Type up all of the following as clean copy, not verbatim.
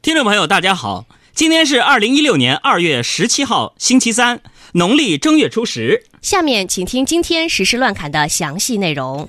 听众朋友大家好，今天是2016年2月17号星期三，农历正月初10。 下面请听今天时事乱侃的详细内容。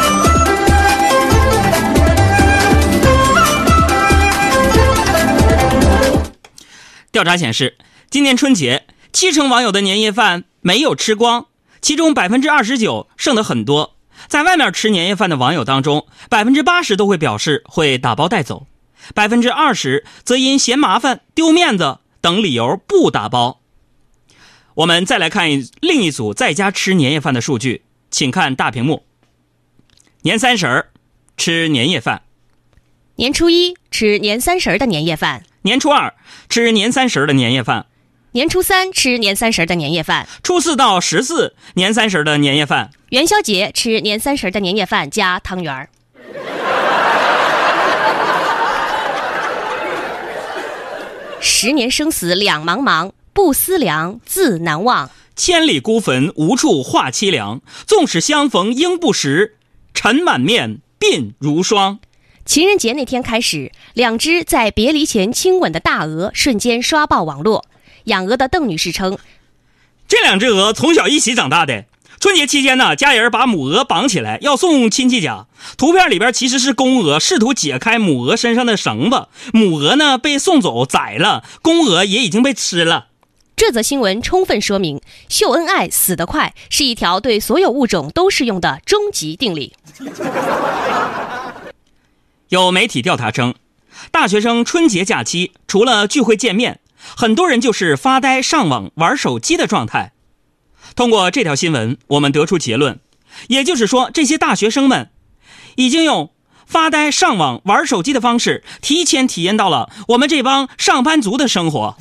调查显示，今年春节70%网友的年夜饭没有吃光，其中29%剩得很多。在外面吃年夜饭的网友当中，80%都会表示会打包带走，20%则因嫌麻烦、丢面子等理由不打包。我们再来看另一组在家吃年夜饭的数据，请看大屏幕。年30吃年夜饭， 年初一吃年30的年夜饭， 年初2吃年30的年夜饭， 年初3吃年30的年夜饭， 初4到14年30的年夜饭， 元宵节吃年30的年夜饭加汤圆儿。10年生死两茫茫，不思量，自难忘。 千里孤坟，无处话凄凉。纵使相逢应不识，尘满面，鬓如霜。 情人节那天开始，两只在别离前亲吻的大鹅瞬间刷爆网络。养鹅的邓女士称， 这两只鹅从小一起长大的。春节期间呢，家人把母鹅绑起来要送亲戚家，图片里边其实是公鹅试图解开母鹅身上的绳子，母鹅呢被送走宰了，公鹅也已经被吃了。 这则新闻充分说明，秀恩爱死得快是一条对所有物种都适用的终极定理。 有媒体调查称，大学生春节假期除了聚会见面，很多人就是发呆上网玩手机的状态。通过这条新闻，我们得出结论，也就是说，这些大学生们已经用发呆上网玩手机的方式提前体验到了我们这帮上班族的生活。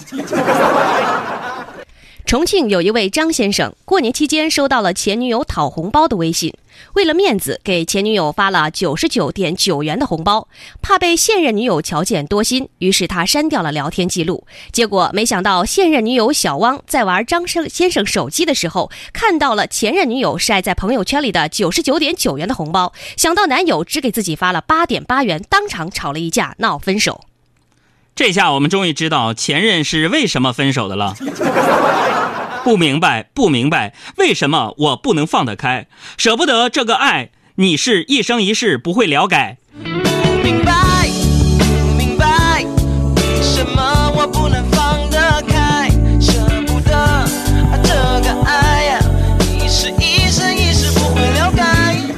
重庆有一位张先生，过年期间收到了前女友讨红包的微信，为了面子给前女友发了99.9元的红包，怕被现任女友瞧见多心，于是他删掉了聊天记录。结果没想到现任女友小汪在玩张先生手机的时候，看到了前任女友晒在朋友圈里的99.9元的红包，想到男友只给自己发了8.8元，当场吵了一架，闹分手。 这下我们终于知道前任是为什么分手的了。不明白，为什么我不能放得开？舍不得这个爱，你是一生一世不会了解。 不明白，为什么我不能放得开？舍不得这个爱呀，你是一生一世不会了解。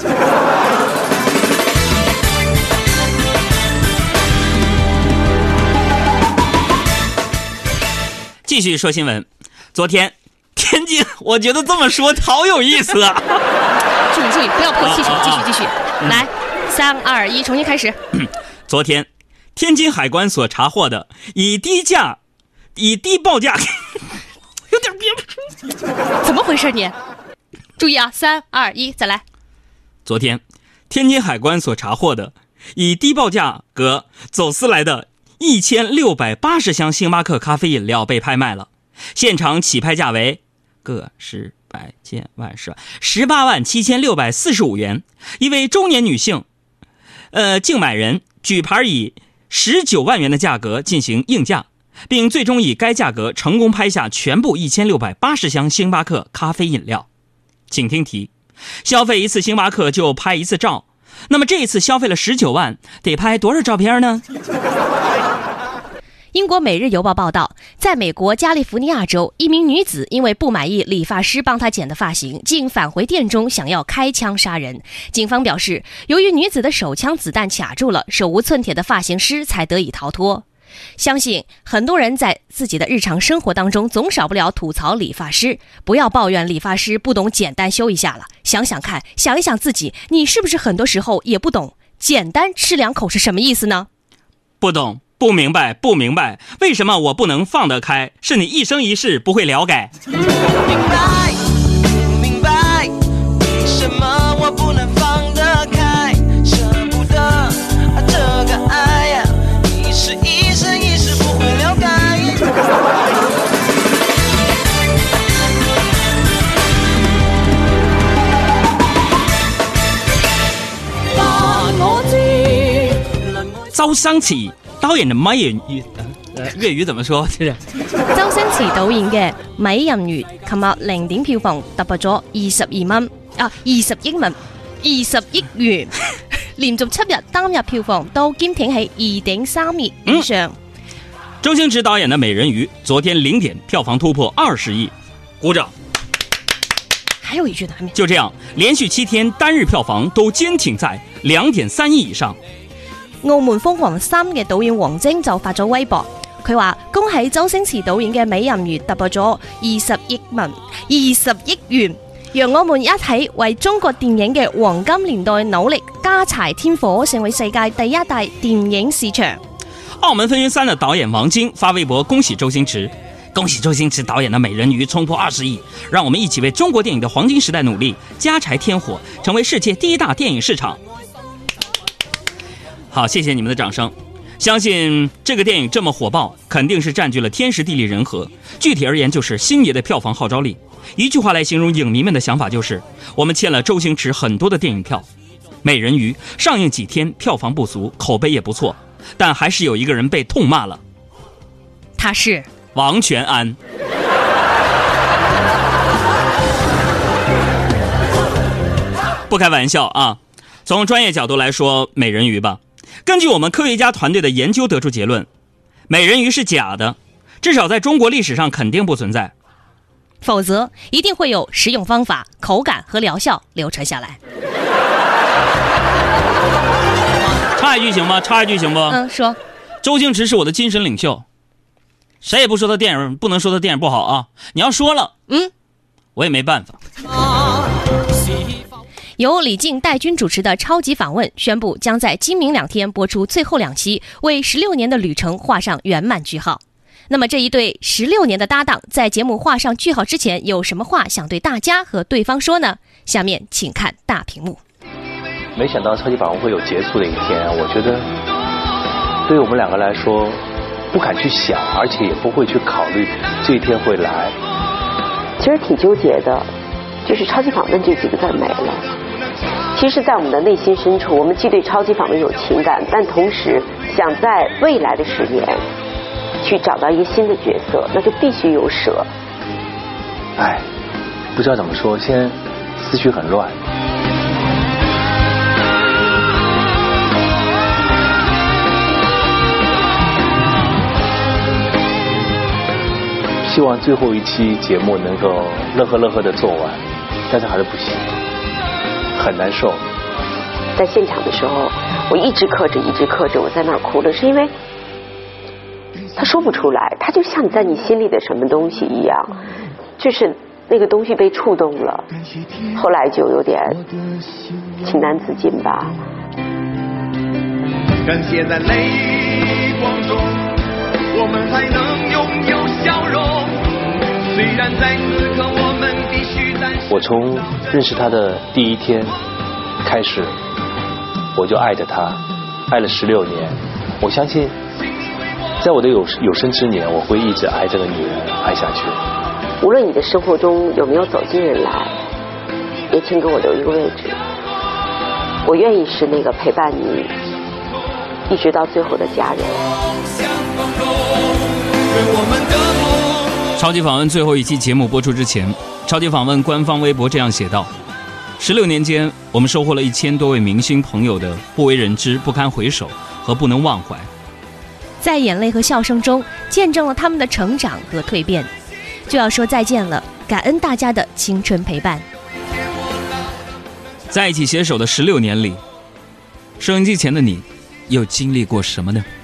继续说新闻，昨天天津，我觉得这么说好有意思啊！ 注意，不要破气势，继续，来，3、2、1，重新开始。 昨天，天津海关所查获的以低报价，有点憋不住。 怎么回事你？注意啊，3、2、1，再来。 昨天，天津海关所查获的以低报价格走私来的1680箱星巴克咖啡饮料被拍卖了，现场起拍价为个十百千万十万187645元。一位中年女性竞买人举牌以19万元的价格进行应价，并最终以该价格成功拍下全部1680箱星巴克咖啡饮料。请听题，消费一次星巴克就拍一次照，那么这一次消费了19万，得拍多少照片呢？ 英国《每日邮报》报道，在美国加利福尼亚州，一名女子因为不满意理发师帮她剪的发型，竟返回店中想要开枪杀人。警方表示，由于女子的手枪子弹卡住了，手无寸铁的发型师才得以逃脱。相信很多人在自己的日常生活当中总少不了吐槽理发师，不要抱怨理发师不懂简单修一下了，想想看，想一想自己，你是不是很多时候也不懂简单吃两口是什么意思呢？ 不懂，不明白，为什么我不能放得开？是你一生一世不会了解。 不明白，为什么我不能放得开？舍不得这个爱呀，你是一生一世不会了解。 早上起导演的美人魚，粵語怎麼說？就是周星馳導演嘅《美人魚》，琴日零點票房突破咗20億元，連續7日單日票房都堅挺起2.3億以上。 周星馳導演的《美人魚》昨天0點票房突破20億，鼓掌。 還有一句呢，還沒。 就這樣，連續7天單日票房都堅挺在2.3億以上。 澳門瘋狂3嘅導演王晶就發咗微博，佢話恭喜周星馳導演嘅《美人魚》突破咗20億元，讓我們一起為中國電影嘅黃金年代努力，加柴添火，成為世界第1大電影市場。 澳門風雲3的導演王晶發微博恭喜周星馳，恭喜周星馳導演的《美人魚》衝破20億，讓我們一起為中國電影的黃金時代努力，加柴添火，成為世界第1大電影市場。好，謝謝你們的掌聲。相信這個電影這麼火爆，肯定是佔據了天時地利人和。具體而言，就是星爺的票房號召力。一句話來形容影迷們的想法，就是我們欠了周星馳很多的電影票。美人魚上映幾天，票房不俗，口碑也不錯，但還是有一個人被痛罵了。 他是王全安。不開玩笑啊，從專業角度來說，美人魚吧。根據我們科學家團隊的研究得出結論，美人魚是假的，至少在中國歷史上肯定不存在， 否則一定會有食用方法、口感和療效流傳下來。 插一句行嗎？插一句行不？ 說。 周星馳是我的精神領袖，誰也不說他電影，不能說他電影不好啊。你要說了，我也沒辦法。 由李靜、戴軍主持的超級訪問宣布將在今明2天播出最後2期，為16年的旅程畫上圓滿句號。那麼這一對16年的搭檔在節目畫上句號之前有什麼話想對大家和對方說呢？下面請看大屏幕。 沒想到超級訪問會有結束的一天，我覺得對於我們兩個來說不敢去想，而且也不會去考慮這一天會來。 其實挺糾結的，就是超級訪問這幾個字沒了。其實在我們的內心深處，我們既對超級訪問有情感，但同時想在未來的10年去找到一個新的角色，那就必須有捨。 哎，不知道怎麼說，現在思緒很亂。希望最後一期節目能夠樂呵樂呵的做完，但是還是不行，很難受。 在現場的時候，我一直克制，我在那兒哭了，是因為他說不出來，他就像在你心裡的什麼東西一樣，就是那個東西被觸動了，後來就有點情難自禁吧。 感謝在淚光中，我們才能擁有笑容。雖然在此刻我們必須暫時。 我從認識他的第一天開始，我就愛着他，愛了16年。我相信，在我的有生之年，我會一直愛這個女人，愛下去。 無論你的生活中有沒有走進人來，也請給我留一個位置。我願意是那個陪伴你一直到最後的家人。 超級訪問最後一期節目播出之前，超級訪問官方微博這樣寫道：16年間，我們收穫了1000多位明星朋友的不為人知、不堪回首和不能忘懷， 在眼淚和笑聲中見證了他們的成長和蛻變。就要說再見了，感恩大家的青春陪伴。 在一起攜手的16年裡，收音機前的你又經歷過什麼呢？